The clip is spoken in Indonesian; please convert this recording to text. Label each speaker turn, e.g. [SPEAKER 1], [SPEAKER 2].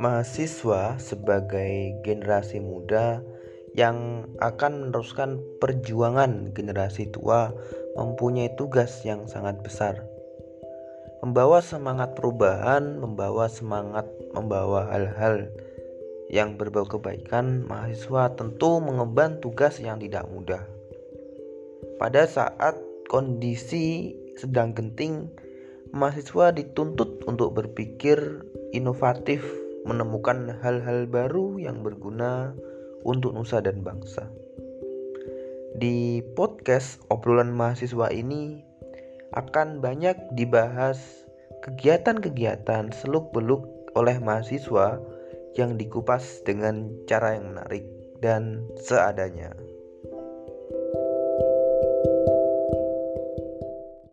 [SPEAKER 1] Mahasiswa sebagai generasi muda yang akan meneruskan perjuangan generasi tua mempunyai tugas yang sangat besar. Membawa semangat perubahan, membawa hal-hal yang berbau kebaikan, mahasiswa tentu mengemban tugas yang tidak mudah. Pada saat kondisi sedang genting, mahasiswa dituntut untuk berpikir inovatif, menemukan hal-hal baru yang berguna untuk nusa dan bangsa. Di podcast obrolan mahasiswa ini akan banyak dibahas kegiatan-kegiatan seluk-beluk oleh mahasiswa yang dikupas dengan cara yang menarik dan seadanya.